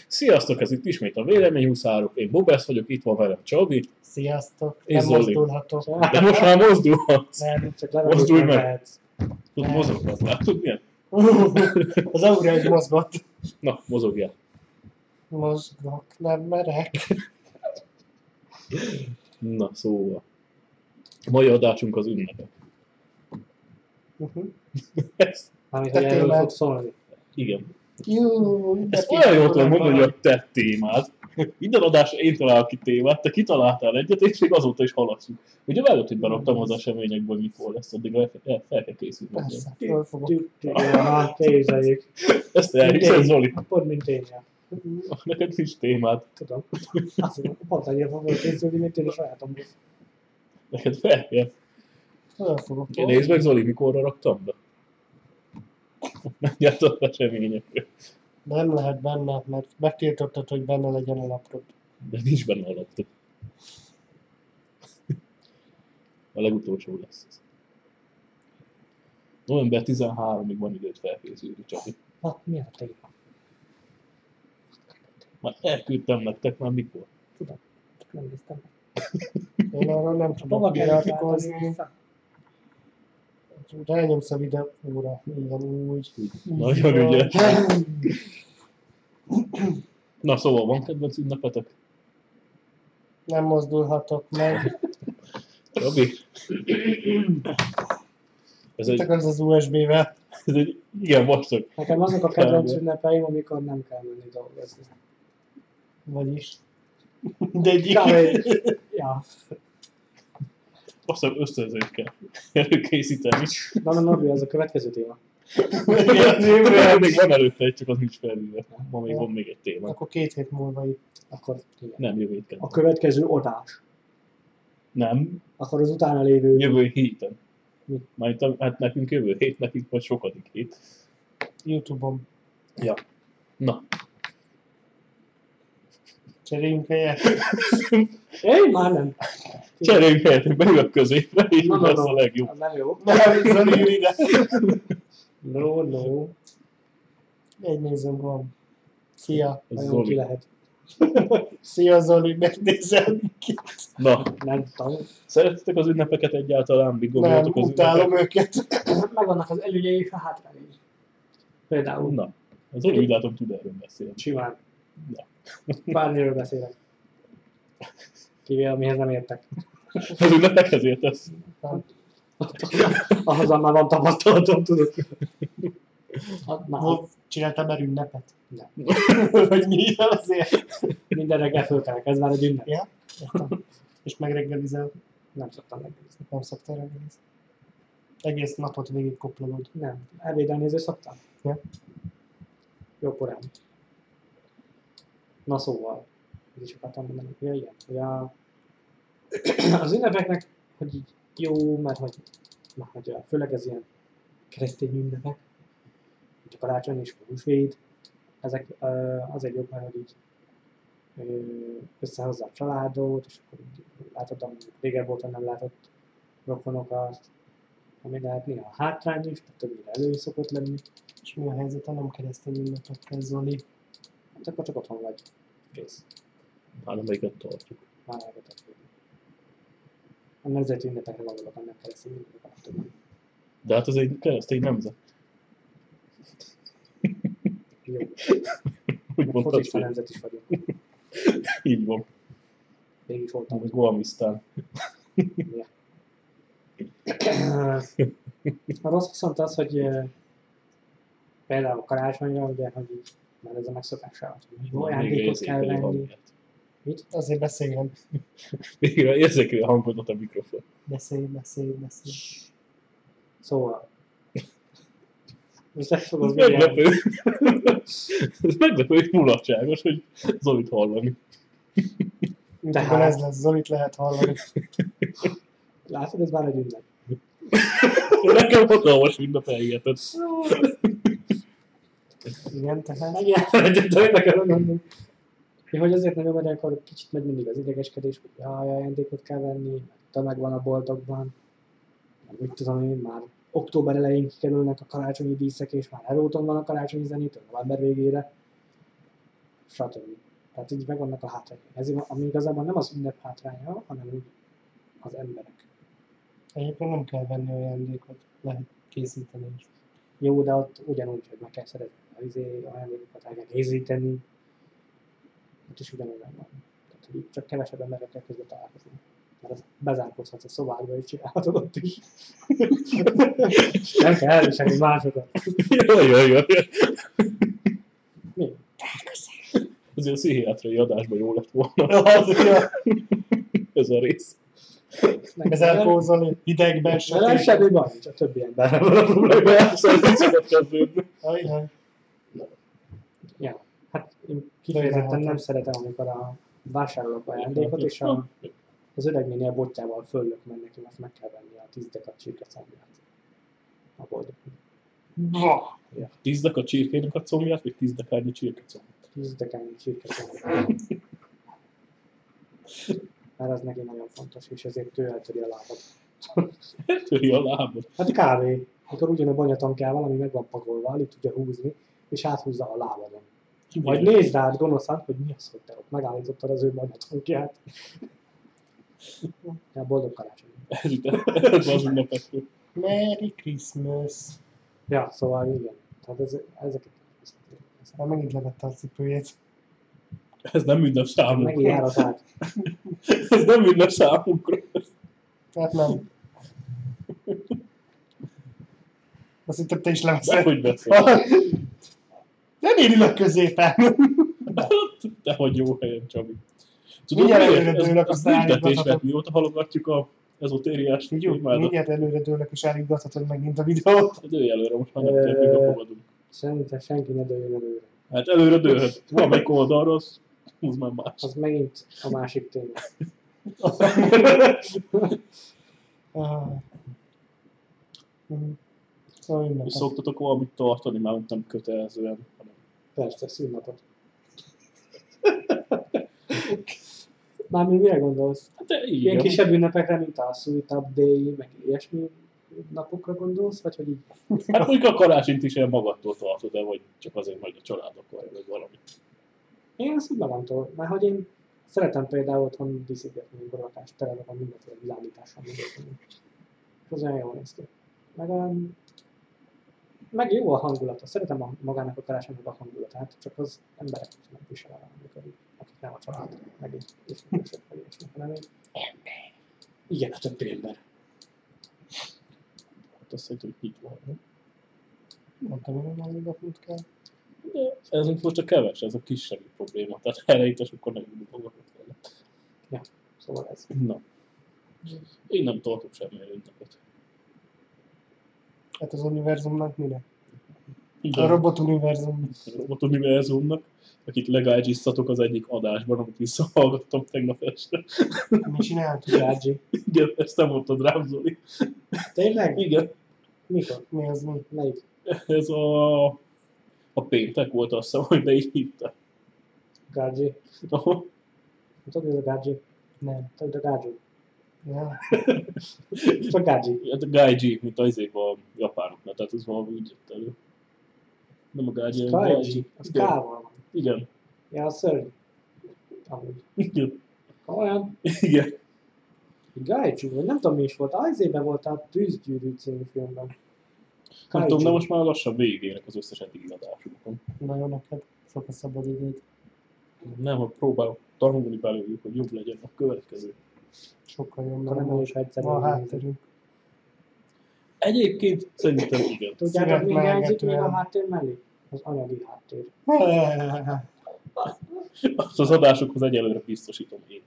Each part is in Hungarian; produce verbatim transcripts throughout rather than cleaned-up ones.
Sziasztok, ez itt ismét a Véleményhuszárok, én Bobesz vagyok, itt van velem Csabi. Sziasztok, És nem Zoli. mozdulhatok. De most már mozdulhatsz. Nem, csak Mozdulj meg. lehet. Tud Nem. mozoghat, látod milyen? Az aura egy mozgott. Na, mozogjál. Mozgok, nem merek. Na, szóval. A mai adásunk az ünnepek. Uh-huh. Ez, Mármint, Te hogy erről témád. fog szólni. igen. Jó, Ez olyan jól tudom mondani, hogy a te témád. Minden adásra én találok ki témát, te kitaláltál egyet, és még azóta is haladszunk. Ugye vágott, hogy beraktam az eseményekből, mikor lesz, addig el, el, fel kell készülni. Persze, fölfogok. Na, képzeljük. Ezt elhiszed, Zoli? Pont mint én, ja. Neked nincs témád. Tudom. Azt mondom, pont annyira fogok készülni, mint én a sajátomból. Neked fel kell. Fölfogok. Nézd meg, Zoli, mikorra raktam be? Menját az eseményekre. Nem lehet benne, mert megtiltottad, hogy benne legyen a laptop. De nincs benne a laptop. A legutolsó lesz ez. november tizenharmadikig van időt felkészülni, Csabi. Hát, mi a téma? Már elküldtem nektek, már mikor? Tudom. Csak nem néztem. Én arról nem Hova tudok kell nyilatkozni. Elnyomsz a videóra, igen, úgy. Nagyon ügyes. Na szóval, van kedvenc ünnepetek? Nem mozdulhatok meg. Csabi? Ez egy, Csak az az u es bé-vel. ez egy igen vastag. Nekem azok a kedvenc ünnepeim, amikor nem kell menni dolgozni. Vagyis. De egyik. Kávé. Ja. Vastag ösztönzőt kell előkészíteni. Na, na, Norbi, ez a következő téma. Még van előtte egy, csak az nincs felülve. Ma még van még egy téma. Akkor két hét múlva itt. Akkor igen. Nem, jövő héten. A következő adás. Nem, Akkor az utána lévő... jövő héten. Mi? Majd hát nekünk jövő hét, nekünk vagy sokadik hét. YouTube-on. Ja. Na. Cseréljünk helyet. Én már nem. Cseréljünk helyet, hogy beülök középre, és Na, úgy na, lesz na. a legjobb. Az nem jó. Nem, Zoli, ül ide. No, no. Egy nézőnk van. Szia. Ez Nagyon ki Zoli. lehet. Szia Zoli, megnézel ki. Na, Nem tudom. szeretitek az ünnepeket egyáltalán? Még Nem, gondoltok az utálom ünnepek? őket. Megvannak az előnyei és a hátrányai. Például Na, az Zoli úgy látom tud erről beszélni. simán. Na. Bármiről beszélek. Kivéve, amihez nem értek. Az ünnepekhez értesz? Ahhoz már van tapasztalatom, tudok. Hát, már Hol csináltál már ünnepet? Nem. Vagy mi azért? minden reggel fölkelek, ez már egy ünnep. Ja? Értem. És megreggelizel? Nem szoktam megbízni. Nem szoktál reggelizni. Egész napot végig koplogod. Nem. Ebédelni azért szoktam. Ja. Jó korán. Na szóval. Ez is akartam mondani. Ja, igen. Hogy a... az ünnepeknek, hogy így jó, mert hogy, na, hogy a- főleg ez ilyen keresztény ünnepek, mint a karácsony és a húsvét, ezek ö, azért jobb, mert hogy így ö, összehozza a családot, és akkor így látod, amíg régebb óta nem látott rokonokat, ami lehet néha hátrány is, tehát többnyire elő is szokott lenni, És mi a helyzet a nem keresztény ünnepekkel, Zoli? hát akkor csak otthon vagy. Kész. Hát amelyiket tartjuk. Már elvetett volna. A nemzeti ünnepekre gondolok, a nem keresztény ünnepekre tudom. De hát az egy keresztény nemzet. Jó. Úgy mondtad, Focista hogy nemzet is vagyok. így van. Mégis voltam. Meg Guamisztán. Ja. A rossz viszont az, hogy eh, például karácsonyra, ugye, hogy így, már ez a megszokásra, hogy jó ajándékot kell venni. Mit? Azért beszéljen. Végre érzékelő a hangodat a mikrofon. Beszélj, beszélj, beszélj. Szóval. Most ezt fogod Ez végigjelni. meglepő. Ez meglepő és mulatságos, hogy Zolit hallani. Tehát ez lesz, Zolit lehet hallani. Látod, ez már egy ünnep. Nekem hatalmas ünnep elhihetett. Igen, tehát. Megjelentett, hogy nekem mondani. Ja, hogy azért nagyon, mert akkor kicsit megy mindig az idegeskedés, hogy jaj, ajándékot kell venni, tömeg van a boltokban. Úgy tudom én, már október elején kikerülnek a karácsonyi díszek, és már előton van a karácsonyi zenítő, november végére. stb. Tehát így megvannak a hátrányok. Ez ami igazából nem az ünnep hátránya, hanem úgy az emberek. Egyébként nem kell venni ajándékot, lehet készíteni is. Jó, de ott ugyanúgy, hogy meg kell szeretni az ajándékokat, el kell készíteni. Ott is ugyanúgy van. Tehát, hogy csak kevesebb emberekkel közben találkozni. Mert azt bezárkózhatsz a szobádba, és csinálhatod ott is. Nem kell elviselni másokat. Jaj, jaj, jaj. Mi? Azért a pszichiátriai adásban jó lett volna. Azért, Ez a rész. bezárkózolni, hidegben, De nem semmi baj, csak a többi emberrel van a probléma. Persze, ez így szokott kezdődni. Ajaj. Ja, hát én kifejezetten nem szeretem, amikor a vásárolok ajándékot, és a, az öreg néni a botjával föllök, mert neki azt meg kell venni a tíz dekat csirkecombját. A boldog. Tíz deka csirkének a combját, vagy tíz dekányi csirkecombját? tíz dekányi csirkecombját. Mert az neki nagyon fontos, és ezért ő eltöri a lábad. Töri a lábad. Hát kávé. Amikor ugyan a banyatankával, valami meg van pakolva, alig tudja húzni, és áthúzza a lábadon. Vagy nézd rád gonoszan, hogy mi az, hogy te ott megállítottad az ő banyatankját. Ja, boldog karácsony. Ez ide, ez az ünnepekről. Merry Christmas. Ja, szóval igen. Tehát ez, ezeket... Már megint levette a cipőjét. Ez nem ünnep Megint számunkra. járat át. Ez nem ünnep számunkra. Hát nem. Azt hittem, te is leveszed. Dehogy beszél. Nem én ülök középen. Te vagy jó helyen, Csabi. Tudod, Mindjárt miért? előre Ez, dőlök, ez aztán nincs betés, állítgathatom. mert mióta halogatjuk a ezotériás Figyelj, témádat. mindjárt előre dőlök és elindgathatod megint a videót. Dőlj előre, most már nem kell, még befogadunk. Szerintem senki ne dőljön előre. Hát előre dőlhet. Valamelyik oldalra, az, az már más. Az megint a másik téma. Ah. Mm. Szóval És ünnepek. szoktatok valamit tartani, már nem kötelezően, hanem Persze, szünnapot. Mármint mire gondolsz? hát de Ilyen igen. kisebb ünnepekre, mint a Sweet Up Day, meg ilyesmi napokra gondolsz? Vagy hogy így? Hát mondjuk a karácsonyt is ilyen magadtól tartod el, vagy csak azért, hogy a család akarja, vagy valami. Én azt úgy magamtól, mert hogy én szeretem például otthon díszítgetni, amikor lakás tele van mindenféle világítással mindenféle. És az olyan jól néz ki. Meg, um, meg jó a hangulata. Szeretem a, magának a karácsonynak a hangulatát, csak az emberek is nem visel el, amikor így, akik nem a család, meg így ismerősök, vagy ilyesmi, hanem így. Ember. Igen, a többi ember. Hát azt szerintem, hogy így van. Nem? Mondtam, hogy nem mondatnod kell. De ez most a keves, ez a kisebb probléma. Tehát erre itt akkor nem dolgokat vele. Szóval ez. Na. Én nem tartok semmilyen ünnepet. Hát az univerzumnak mire? Igen. A robot univerzum. A robot univerzumnak, akit legágyiztatok az egyik adásban, amit visszahallgattam tegnap este. Mi csináltuk? Gágyi. Igen, ezt nem mondtad rám, Zoli. Tényleg? Igen, Mikor? Mi az mi? Melyik? ez a... A péntek volt, azt hiszem, hogy de így hívta. Gágyi. Aha. Tudod, mi ez a Gágyi? Nem. Tudod, a Gágyi. Ja. Csak Gágyi. Hát a Gaiji, mint az izékban a japánoknak, tehát ez valami úgy jött elő. Nem a Gaiji, hanem Gágyi. Az Igen. K-val van. Igen. Ja, a szörny. Amúgy. Igen. Olyan. Igen. Gágyi, vagy nem tudom mi is volt. Ajzében volt a Tűzgyűrű című filmben. Nem tudom, de most már lassan végigérek az összes eddigi adásunkon. Na jó neked. Sok a szabad időd. Nem, hogy próbálok tanulni belőlük, hogy jobb legyen a következő. Sokkal jobb, Akkor nem mert is egyszer van a megnézni. hátterünk. Egyébként szerintem igen. Tudjátok, mi hiányzik még Szívemmelgetően. a háttér mellé? Az anyagi háttér. Azt az adásokhoz egyelőre biztosítom én.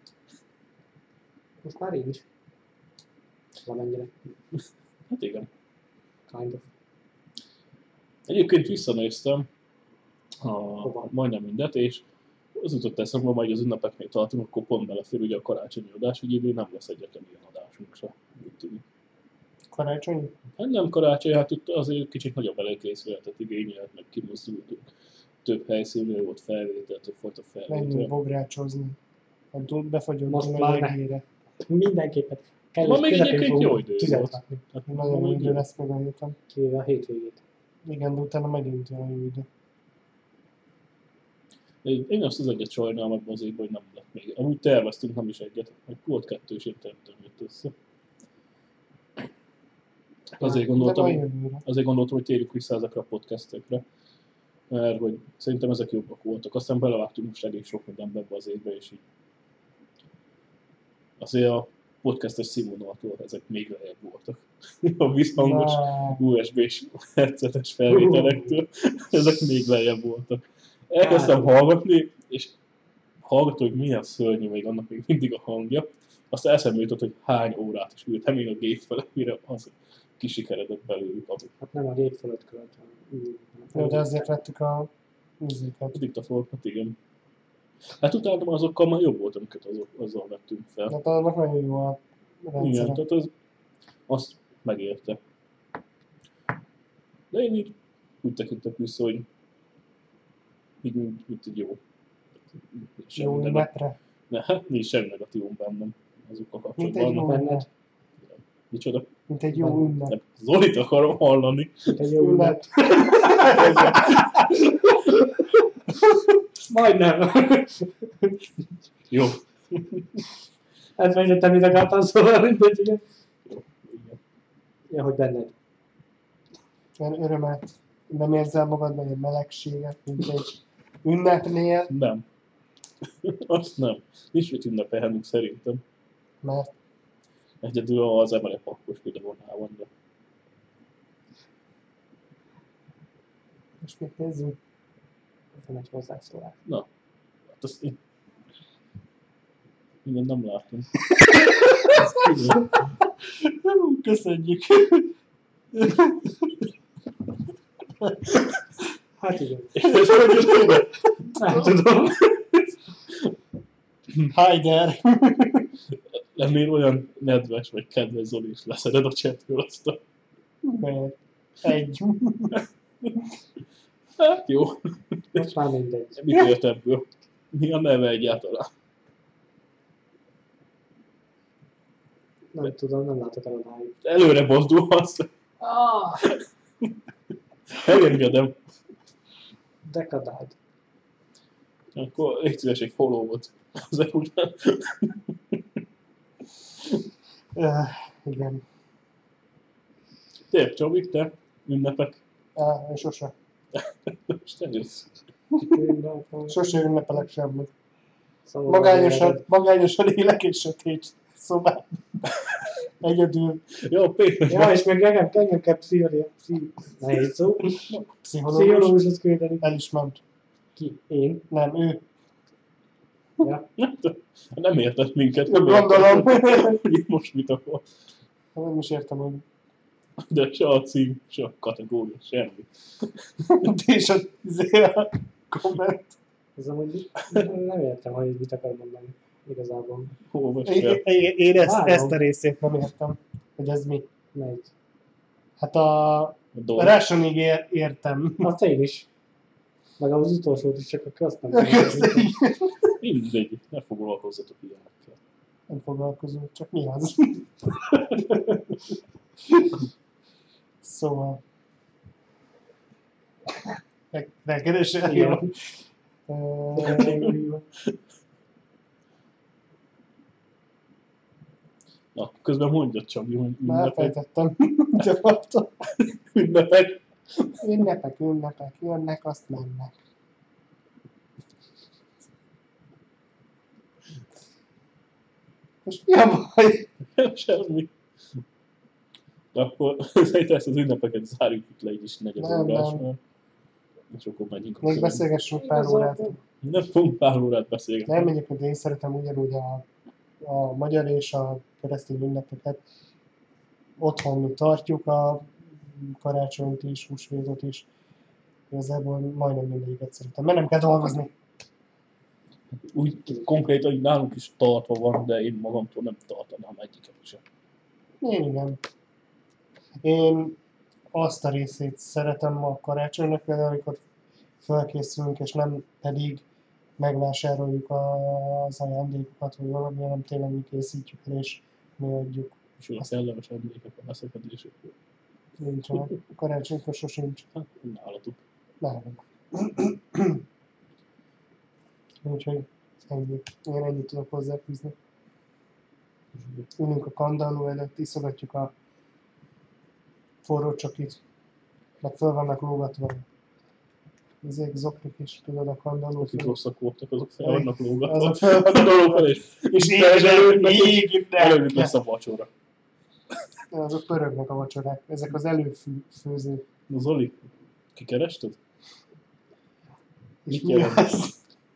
Most már én is. Valamennyire. Hát igen. Kind of. Egyébként visszanéztem a, Hova? majdnem mindet, és az jutott eszembe, majd az ünnepeknél tartunk, akkor pont belefér ugye a karácsonyi adás, hogy idén nem lesz egyetlen ilyen adásunk se. Úgy tűnik. Karácsony? Hát nem karácsony, hát itt azért kicsit nagyobb előkészületet igényelt, meg kimozdultunk. Több helyszínről volt felvétel, több fajta Menjünk felvétel. bográcsozni. A dun- befagyott Most Duna már ne. jegére. Mindenképpen. Ma Kellős még közepén egyébként jó fogunk idő tüzet volt. rakni. Hát, Nagyon ma jó még idő jó. lesz meg a héten. Kivéve a hétvégét. Igen, de utána megint jön a jó idő. Én, én azt az egyet sajnálom ebben az évben, hogy nem lett még. Amúgy terveztünk nem is egyet, meg volt kettő és értem, nem jött össze. Azért De gondoltam, majd hogy, jövőre. azért gondoltam, hogy térjük vissza ezekre a podcastekre. Mert hogy szerintem ezek jobbak voltak. Aztán belevágtunk most elég sok mindenbe ebbe az évbe, és így azért a podcastes színvonaltól ezek még lejjebb voltak. A visszhangos Na, u es bé-s headsetes felvételektől ezek még lejjebb voltak. Elkezdtem hallgatni, és hallgatom, hogy milyen szörnyű még annak még mindig a hangja. Aztán eszembe jutott, hogy hány órát is ültem én a gép fele, mire az kisikeredett belőlük. Amit Hát nem a gép fölött költ. jó, de azért vettük a műzikat. a diktaforokat, igen. Hát utána már azokkal már jobb volt, amiket azok, azzal vettünk fel. De annak nagyon jó a Igen, rendszere. tehát az, azt megérte. De én így úgy tekintek vissza, hogy így, így, így jó. Jó Semmi, ünnepre. ne, hát nincs semmi negatívum bennem azokkal Mint egy kapcsolatban. jó Benned? ünnep. Micsoda? Mint egy jó ünnep. Nem, Zolit akarom hallani. Egy jó ünnep. Ünnep. Majdnem. Jó. Hát megjöttem, mit akartam szóval, mindegy, igen. Jó. Igen. Ja, hogy benned. Olyan örömet. Nem érzel magadban egy melegséget, mint egy ünnepnél, Nem. Azt nem. Nincs mit ünnepelnünk szerintem. mert Egyedül az emele pakkos videónál van, de most mit nézzünk? Van egy hozzászólás. hát azt én... Igen, nem látom. Köszönjük. Hát igen. És ez hogy is tudom? Nem tudom. Heider. Remél olyan nedves vagy kedves Zoli, és leszeded a chatről azt a... Mert egy. Hát jó. Most már mindegy. Mit ért ebből? Mi a neve egyáltalán? Nem tudom, nem látok el a nájuk. Előre mozdulhatsz. Ah! Elengedem. Dekadád. Akkor légy szíves egy follow-ot. Ezek után. Uh, igen. Tényleg, Csabi, te ünnepek. Uh, sose. Most eljössz. Sose ünnepelek semmit. Szóval Magányosan, magányosan élek és sötét szobában. Egyedül. Jó, Péter. Ja, és meg engem, engem kell pszichológia. Pszi... Nehéz szó. Pszichológus. Pszichológushoz küldeni. El is ment. Ki? Én? Nem, ő. Ja. Nem érted minket. Nem Nem gondolom. érted, hogy most mit akar. Nem is értem, hogy De se a cím, se a kategória, semmi. és a, izé a komment. Ez amúgy nem értem, hogy mit akar mondani igazából. Olvasd Én, fel. én, én ezt, Várom. ezt a részét nem értem, hogy ez mi. Megy. Hát a A dolog. Rationig ér, értem. Azt én is. Meg az utolsót is, csak akkor azt nem Köszönjük. Mindegy, ne foglalkozzatok ilyenekkel. Nem foglalkozunk, csak mi az? Szóval. Meg- Neked is Igen. eljön. Ö, Na, közben mondja Csabi, hogy Már ünnepek. elfejtettem. Gyakorlatilag. Ünnepek. Ünnepek, ünnepek, jönnek, azt mennek. Most mi a baj? Semmi. De akkor szerintem ezt az ünnepeket zárjuk itt le, így is negyed Nem, órás nem. már. És akkor menjünk a Még következő. beszélgessünk pár órát. Nem fogunk pár órát beszélgetni. Nem, egyébként én szeretem ugyanúgy a, a magyar és a keresztény ünnepeket. Otthon tartjuk a karácsonyt is, húsvétot is. Igazából majdnem mindegyiket szeretem, mert nem kell dolgozni. Úgy konkrétan, hogy nálunk is tartva van, de én magamtól nem tartanám egyiket sem. Én igen. Én azt a részét szeretem a karácsonynak, például amikor felkészülünk, és nem pedig megvásároljuk az ajándékokat, vagy valami, hanem tényleg mi készítjük el, és mi adjuk. És olyan kellemes emlékek a veszekedésekről. Nincsenek. Karácsonykor sosincs. Hát, nálatok. Nálunk. Úgyhogy ennyi. Én ennyit tudok hozzáfűzni. Ülünk a kandalló előtt, iszogatjuk a forró csokit, meg föl vannak lógatva. Ezek zoknik is, tudod, a kandalló. Akik rosszak voltak, azok fel vannak lógatva. Azok fel Az a dolog fel is. És előbb égnek. előbb lesz a vacsora. Azok pörögnek a vacsorák. Ezek az előfőzők. Na Zoli, kikerested? És Mit mi jelent? az?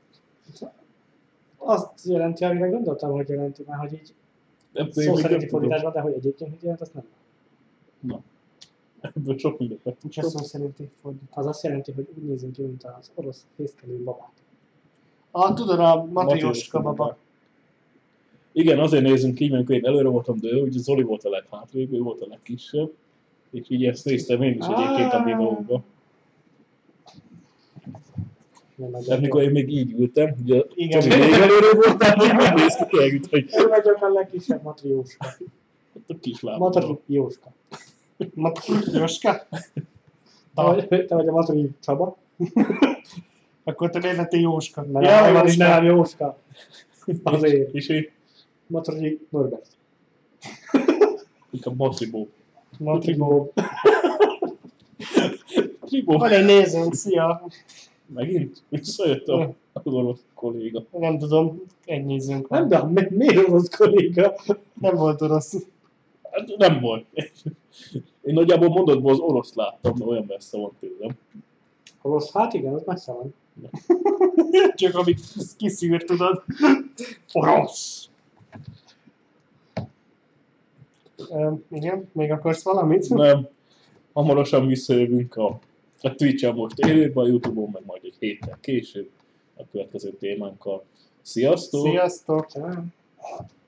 Azt jelenti, amire gondoltam, hogy jelenti, mert hogy így Ebből szó én még szerinti nem tudom. fordításban, de hogy egyébként mit jelent, azt nem. Na. Ebből sok mindent Csak megtudtam. szó szerinti fordít. Az azt jelenti, hogy úgy nézünk ki, mint az orosz fészkelő babák. Ah, tudod, a matrioska baba. Igen, azért nézünk így, mert én előre voltam dől, ugye Zoli volt a leghátrébb, ő volt a legkisebb. És így ezt néztem én is egyébként a videóban. Tehát mikor én még így ültem, ugye Igen. Csabi még előre voltál, hogy megnéz ki elgült, hogy Ő vagyok a legkisebb matrióska. ott a kislábam. Matrióska. Matrioska? Te vagy, te vagy a matri Csaba? Akkor te miért lettél Jóska? Mert ja, van is nem Jóska. Azért. És én Matri Norbert. inkább Matribó. Matribó. Tribó. Van egy nézőnk, szia! Megint? Visszajött a az orosz kolléga. Nem tudom, egy nézőnk van. Nem, de mi- miért orosz kolléga? Nem volt orosz. Hát nem volt. Én nagyjából mondatból az orosz láttam, de olyan messze van tőlem. Orosz? Hát igen, az messze van. Csak amit kiszűr, tudod. Orosz! Uh, igen, még akarsz valamit? Nem. Hamarosan visszajövünk a, a Twitch-en most élőben, a Youtube-on meg majd egy héttel később a következő témánkkal. Sziasztok! Sziasztok! Csá.